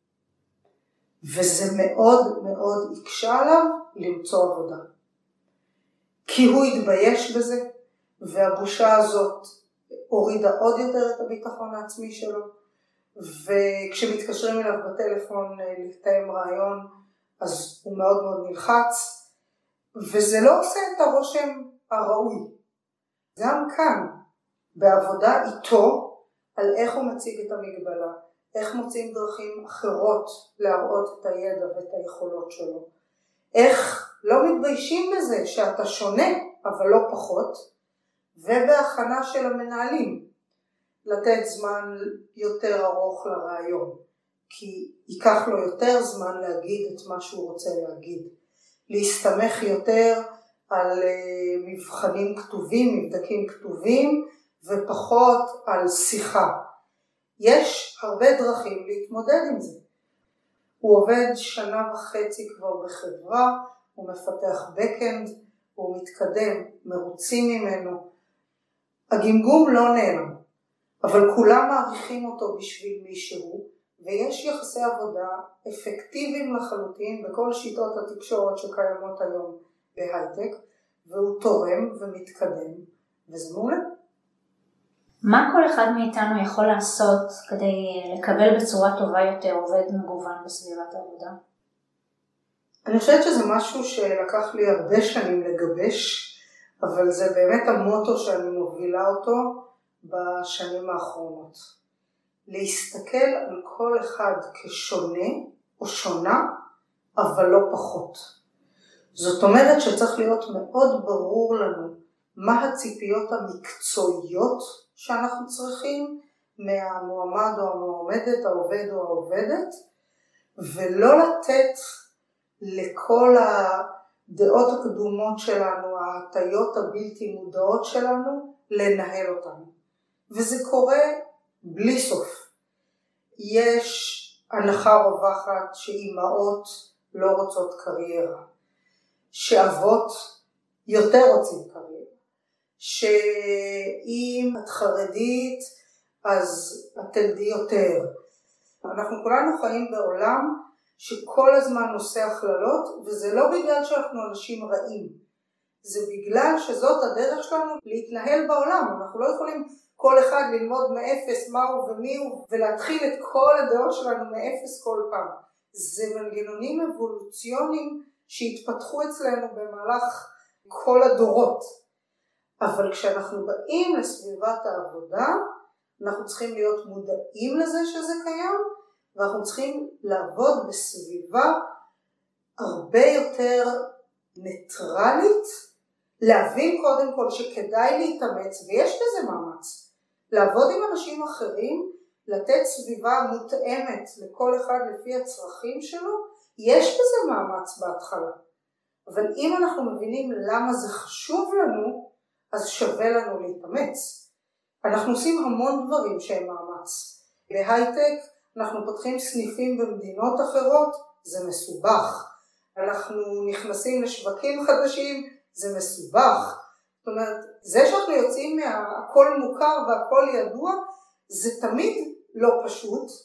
וזה מאוד מאוד יקשה עליו למצוא עבודה. כי הוא התבייש בזה, והבושה הזאת הורידה עוד יותר את הביטחון העצמי שלו, וכשמתקשרים אליו בטלפון לתאם רעיון, אז הוא מאוד מאוד נלחץ, וזה לא עושה את הרושם הראוי. גם כאן, בעבודה איתו, על איך הוא מציג את המגבלה, איך מוצאים דרכים אחרות להראות את הידע ואת היכולות שלו, איך לא מתביישים בזה שאתה שונה, אבל לא פחות, ובהכנה של המנהלים, לתת זמן יותר ארוך לרעיון, כי ייקח לו יותר זמן להגיד את מה שהוא רוצה להגיד, להסתמך יותר על מבחנים כתובים, מבדקים כתובים, ופחות על שיחה. יש הרבה דרכים להתמודד עם זה. הוא עובד שנה וחצי כבר בחברה, הוא מפתח בקאנד, הוא מתקדם, מרוצים ממנו. הגמגום לא נעלם, אבל כולם מעריכים אותו בשביל מישהו, ויש יחסי עבודה אפקטיביים לחלוטין בכל שיטות התקשורת שקיימות היום בהייטק, והוא תורם ומתקדם, וזה מעולה. מה כל אחד מאיתנו יכול לעשות כדי לקבל בצורה טובה יותר עובד מגוון בסביבת העבודה? אני חושבת שזה משהו שלקח לי הרבה שנים לגבש, אבל זה באמת המוטו שאני מובילה אותו בשנים האחרונות. להסתכל על כל אחד כשונה או שונה, אבל לא פחות. זאת אומרת שצריך להיות מאוד ברור לנו מה הציפיות המקצועיות שאנחנו צריכים מהמועמד או המועמדת, העובד או העובדת, ולא לתת לכל הדעות הקדומות שלנו, ההטיות הבלתי מודעות שלנו, לנהל אותנו. וזה קורה בלי סוף. יש הנחה רווחת שאימהות לא רוצות קריירה, שאבות יותר רוצים קריירה, שאם את חרדית אז את תלדי יותר. אנחנו כולנו חיים בעולם שכל הזמן עושה הכללות, וזה לא בגלל שאנחנו אנשים רעים, זה בגלל שזאת הדרך שלנו להתנהל בעולם. אנחנו לא יכולים כל אחד ללמוד מאפס מהו ומי הוא, ולהתחיל את כל הדעות שלנו מאפס כל פעם. זה מנגנונים אבולוציוניים שהתפתחו אצלנו במהלך כל הדורות. אבל כשאנחנו באים לסביבת העבודה, אנחנו צריכים להיות מודעים לזה שזה קיים, ואנחנו צריכים לעבוד בסביבה הרבה יותר ניטרלית, להבין קודם כל שכדאי להתאמץ, ויש בזה מאמץ, לעבוד עם אנשים אחרים, לתת סביבה מותאמת לכל אחד לפי הצרכים שלו, יש בזה מאמץ בהתחלה. אבל אם אנחנו מבינים למה זה חשוב לנו, אז שווה לנו להתאמץ. אנחנו עושים המון דברים שהם מאמץ. בהייטק אנחנו פותחים סניפים במדינות אחרות, זה מסובך. אנחנו נכנסים לשווקים חדשים, זה מסובך. זאת אומרת, זה שאנחנו יוצאים מהכל מוכר והכל ידוע, זה תמיד לא פשוט,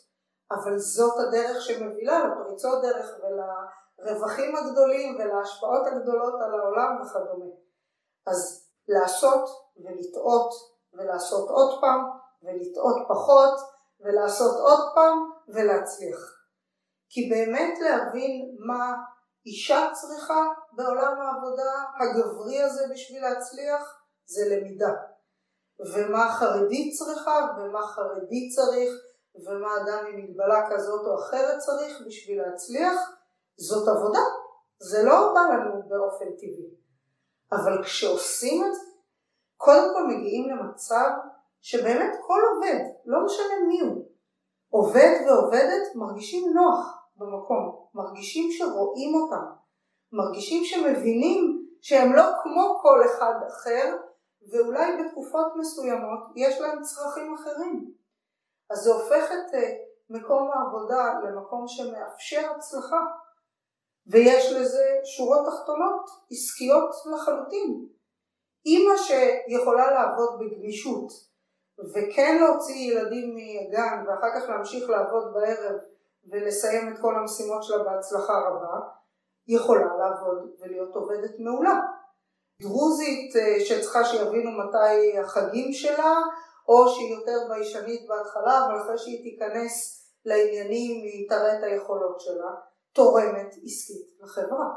אבל זאת הדרך שמבילה לפריצות דרך ולרווחים הגדולים ולהשפעות הגדולות על העולם וכדומה. אז לעשות ולטעות ולעשות עוד פעם ולטעות פחות ולעשות עוד פעם ולהצליח. כי באמת להבין מה אישה צריכה בעולם העבודה הגברי הזה בשביל להצליח זה למידה. ומה חרדית צריכה ומה חרדי צריך ומה אדם עם מגבלה כזאת או אחרת צריך בשביל להצליח, זאת עבודה. זה לא בא לנו באופן טבעי. אבל כשעושים את זה, קודם כל מגיעים למצב שבאמת כל עובד, לא משנה מי הוא, עובד ועובדת מרגישים נוח במקום, מרגישים שרואים אותם, מרגישים שמבינים שהם לא כמו כל אחד אחר, ואולי בתקופות מסוימות יש להם צרכים אחרים. אז זה הופך את מקום העבודה למקום שמאפשר הצלחה, ויש לזה שורות תחתונות עסקיות לחלוטין. אמא שיכולה לעבוד בגמישות, וכן להוציא ילדים מהגן ואחר כך להמשיך לעבוד בערב ולסיים את כל המשימות שלה בהצלחה רבה, יכולה לעבוד ולהיות עובדת מעולה. דרוזית שצריכה שיבינו מתי החגים שלה, או שהיא יותר ביישנית בהתחלה, אבל אחרי שהיא תיכנס לעניינים היא תראה את היכולות שלה, תורמת עסקית לחברה.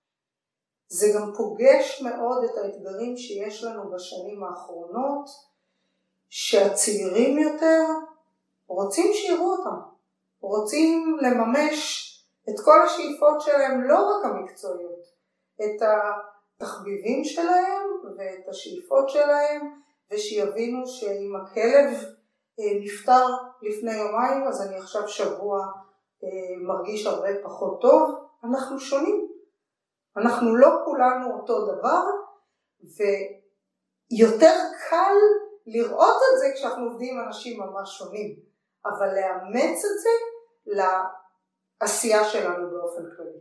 זה גם פוגש מאוד את האתגרים שיש לנו בשנים האחרונות, שהצעירים יותר רוצים שיראו אותם, רוצים לממש את כל השאיפות שלהם, לא רק המקצועיות, את התחביבים שלהם ואת השאיפות שלהם, ושיבינו שאם הכלב נפטר לפני יומיים, אז אני עכשיו שבוע מרגיש הרבה פחות טוב. אנחנו שונים, אנחנו לא כולנו אותו דבר, ויותר קל לראות את זה כשאנחנו עובדים עם אנשים ממש שונים, אבל לאמץ את זה לעשייה שלנו באופן כללי.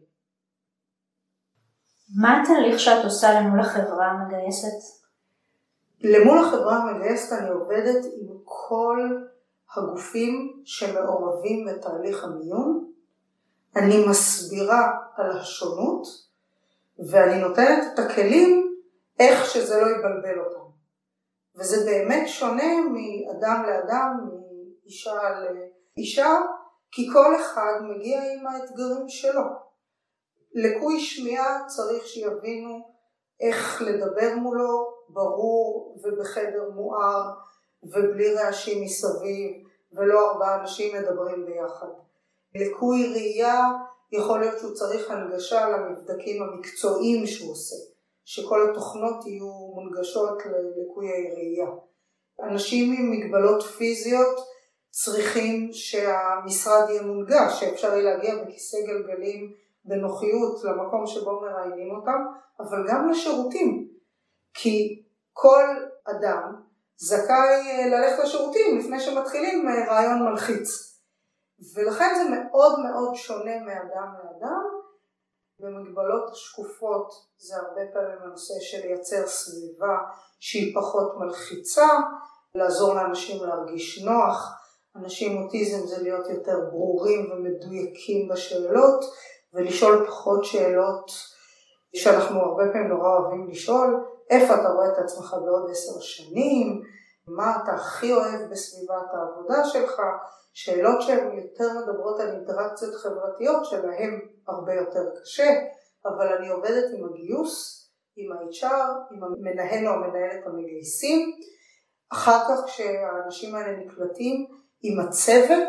מה התהליך שאת עושה למול החברה המגייסת? למול החברה המגייסת אני עובדת עם כל הגופים שמעורבים בתהליך המיון. אני מסבירה על השונות, ואני נותנת את הכלים איך שזה לא יבלבל אותם. וזה באמת שונה מאדם לאדם, מאישה לאישה, כי כל אחד מגיע עם האתגרים שלו. לקוי שמיעה צריך שיבינו איך לדבר מולו ברור ובחדר מואר ובלי רעשים מסביב, ולא ארבעה אנשים מדברים ביחד. לקוי ראייה יכול להיות שהוא צריך הנגשה למבדקים המקצועיים שהוא עושה, שכל התוכנות יהיו מונגשות ללקויי ראייה. אנשים עם מגבלות פיזיות צריכים שהמשרד יהיה מונגש, שאפשר יהיה להגיע בכיסא גלגלים בנוחיות למקום שבו מראיינים אותם, אבל גם לשירותים, כי כל אדם זכאי ללכת לשירותים לפני שמתחילים רעיון מלחיץ. ולכן זה מאוד מאוד שונה מאדם לאדם. במגבלות השקופות זה הרבה פעמים הנושא של לייצר סביבה שהיא פחות מלחיצה, לעזור לאנשים להרגיש נוח. אנשים אוטיזם זה להיות יותר ברורים ומדויקים בשאלות, ולשאול פחות שאלות שאנחנו הרבה פעמים נורא אוהבים לשאול. איפה אתה רואה את עצמך בעוד עשר שנים? מה אתה הכי אוהב בסביבת העבודה שלך? שאלות שהן יותר מדברות על אינטראקציות חברתיות שלהן הרבה יותר קשה, אבל אני עובדת עם הגיוס, עם ה-אייץ' אר, עם המנהל או המנהלת המגייסים. אחר כך כשהאנשים האלה נקלטים עם הצוות,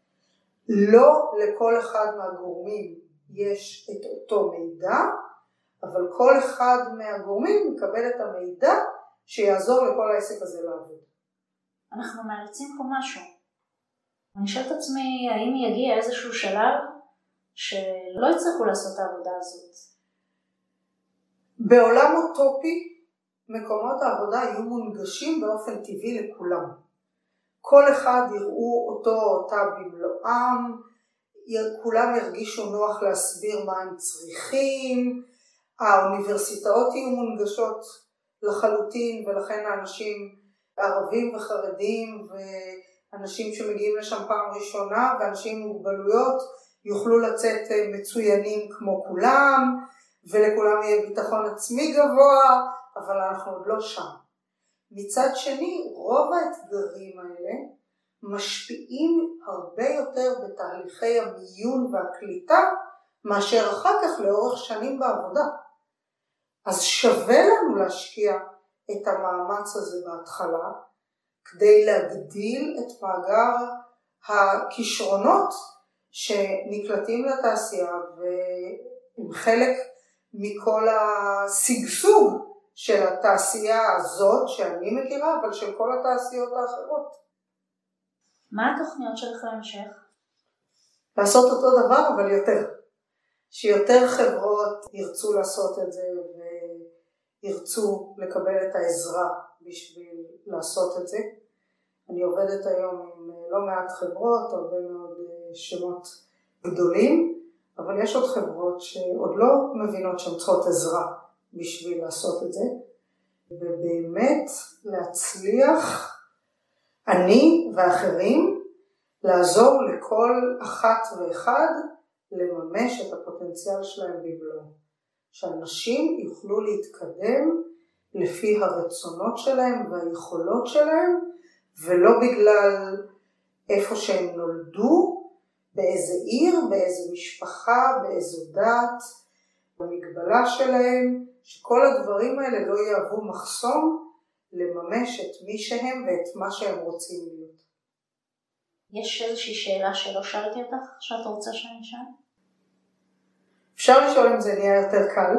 לא לכל אחד מהגורמים יש את אותו מידע, אבל כל אחד מהגורמים מקבל את המידע שיעזור לכל העסק הזה לעבוד. אנחנו מאלצים פה משהו. אני שואלת את עצמי, האם יגיע איזשהו שלב שלא יצטרכו לעשות את העבודה הזאת? בעולם אוטופי, מקומות העבודה יהיו מונגשים באופן טבעי לכולם. כל אחד יראו אותו או אותה במלואם, כולם ירגישו נוח להסביר מה הם צריכים, האוניברסיטאות יהיו מונגשות לחלוטין, ולכן האנשים ערבים וחרדים אנשים שמגיעים לשם פעם ראשונה ואנשים עם מוגבלויות יוכלו לצאת מצוינים כמו כולם, ולכולם יהיה ביטחון עצמי גבוה, אבל אנחנו עוד לא שם. מצד שני, רוב האתגרים האלה משפיעים הרבה יותר בתהליכי המיון והקליטה, מאשר אחר כך לאורך שנים בעבודה. אז שווה לנו להשקיע את המאמץ הזה בהתחלה, כדי להגדיל את מאגר הכישרונות שנקלטים לתעשייה, והם חלק מכל הסגסוג של התעשייה הזאת שאני מכירה, אבל של כל התעשיות האחרות. מה התוכניות שלך להמשך? לעשות אותו דבר, אבל יותר. שיותר חברות ירצו לעשות את זה וירצו לקבל את העזרה בשביל לעשות את זה. אני עובדת היום עם לא מעט חברות, הרבה מאוד שמות גדולים, אבל יש עוד חברות שעוד לא מבינות שהן צריכות עזרה בשביל לעשות את זה. ובאמת להצליח אני ואחרים לעזור לכל אחת ואחד לממש את הפוטנציאל שלהם במלואו. שאנשים יוכלו להתקדם לפי הרצונות שלהם והיכולות שלהם, ולא בגלל איפה שהם נולדו, באיזה עיר, באיזה משפחה, באיזו דת, במגבלה שלהם, שכל הדברים האלה לא יהוו מחסום לממש את מי שהם ואת מה שהם רוצים להיות. יש איזושהי שאלה שלא שאלתי אותך, שאת רוצה שאני אשאל? אפשר לשאול אם זה נהיה יותר קל.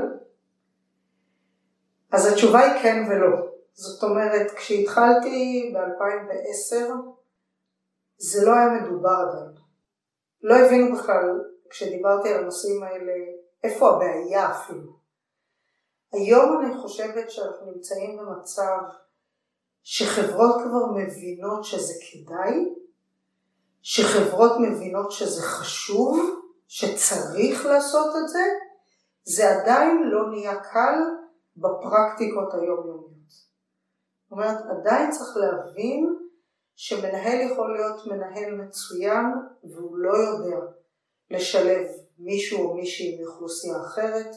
אז התשובה היא כן ולא. זאת אומרת, כשהתחלתי ב-אלפיים ועשר, זה לא היה מדובר עדיין. לא הבינו בכלל, כשדיברתי על הנושאים האלה, איפה הבעיה אפילו. היום אני חושבת שאנחנו נמצאים במצב שחברות כבר מבינות שזה כדאי, שחברות מבינות שזה חשוב, שצריך לעשות את זה, זה עדיין לא נהיה קל בפרקטיקות היומיומיות. זאת אומרת, עדיין צריך להבין שמנהל יכול להיות מנהל מצוין, והוא לא יודע לשלב מישהו או מישהי מאוכלוסייה אחרת,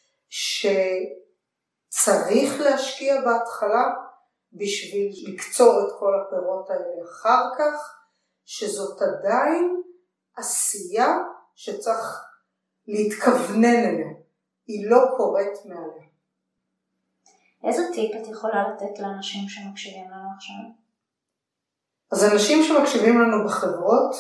שצריך להשקיע בהתחלה בשביל לקצור את כל הפירות האלה אחר כך, שזאת עדיין עשייה שצריך להתכוונן אליה, היא לא קורית מעליה. איזה טיפ את יכולה לתת לאנשים שמקשיבים לנו עכשיו? אז אנשים שמקשיבים לנו בחברות,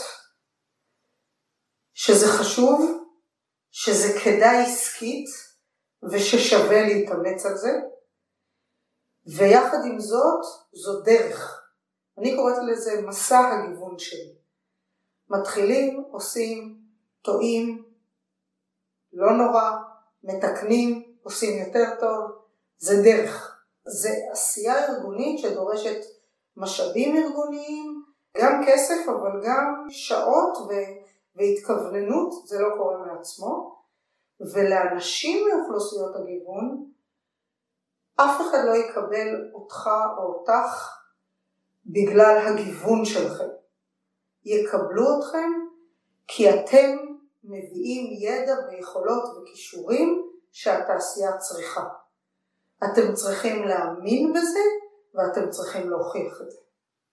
שזה חשוב, שזה כדאי עסקית, וששווה להתאמץ על זה, ויחד עם זאת, זו דרך. אני קוראת לזה מסע הגיוון שלי. מתחילים, עושים, טועים, לא נורא, מתקנים, עושים יותר טוב, זה דרך. זה עשייה ארגונית שדורשת משאבים ארגוניים, גם כסף, אבל גם שעות ו- והתכווננות, זה לא קורה מעצמו. ולאנשים מאוכלוסיות הגיוון, אף אחד לא יקבל אותך או אותך בגלל הגיוון שלכם. יקבלו אתכם כי אתם מביאים ידע ויכולות וכישורים שהתעשייה צריכה. אתם צריכים להאמין בזה ואתם צריכים להוכיח את זה.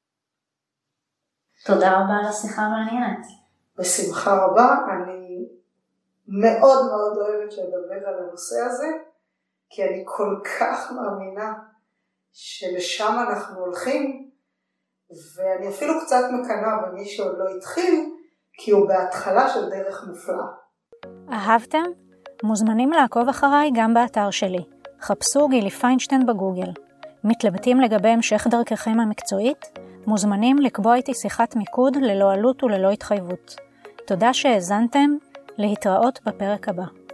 תודה רבה על השיחה המעניינת. בשמחה רבה, אני מאוד מאוד אוהבת לדבר על הנושא הזה, כי אני כל כך מאמינה שלשם אנחנו הולכים, ואני אפילו קצת מקנה במי שעוד לא התחיל, כי הוא בהתחלה של דרך מופלאה. אהבתם? מוזמנים לעקוב אחריי גם באתר שלי. חפשו גילי פיינשטיין בגוגל. מתלבטים לגבי המשך דרככם המקצועית? מוזמנים לקבוע איתי שיחת מיקוד ללא עלות וללא התחייבות. תודה שהאזנתם, להתראות בפרק הבא.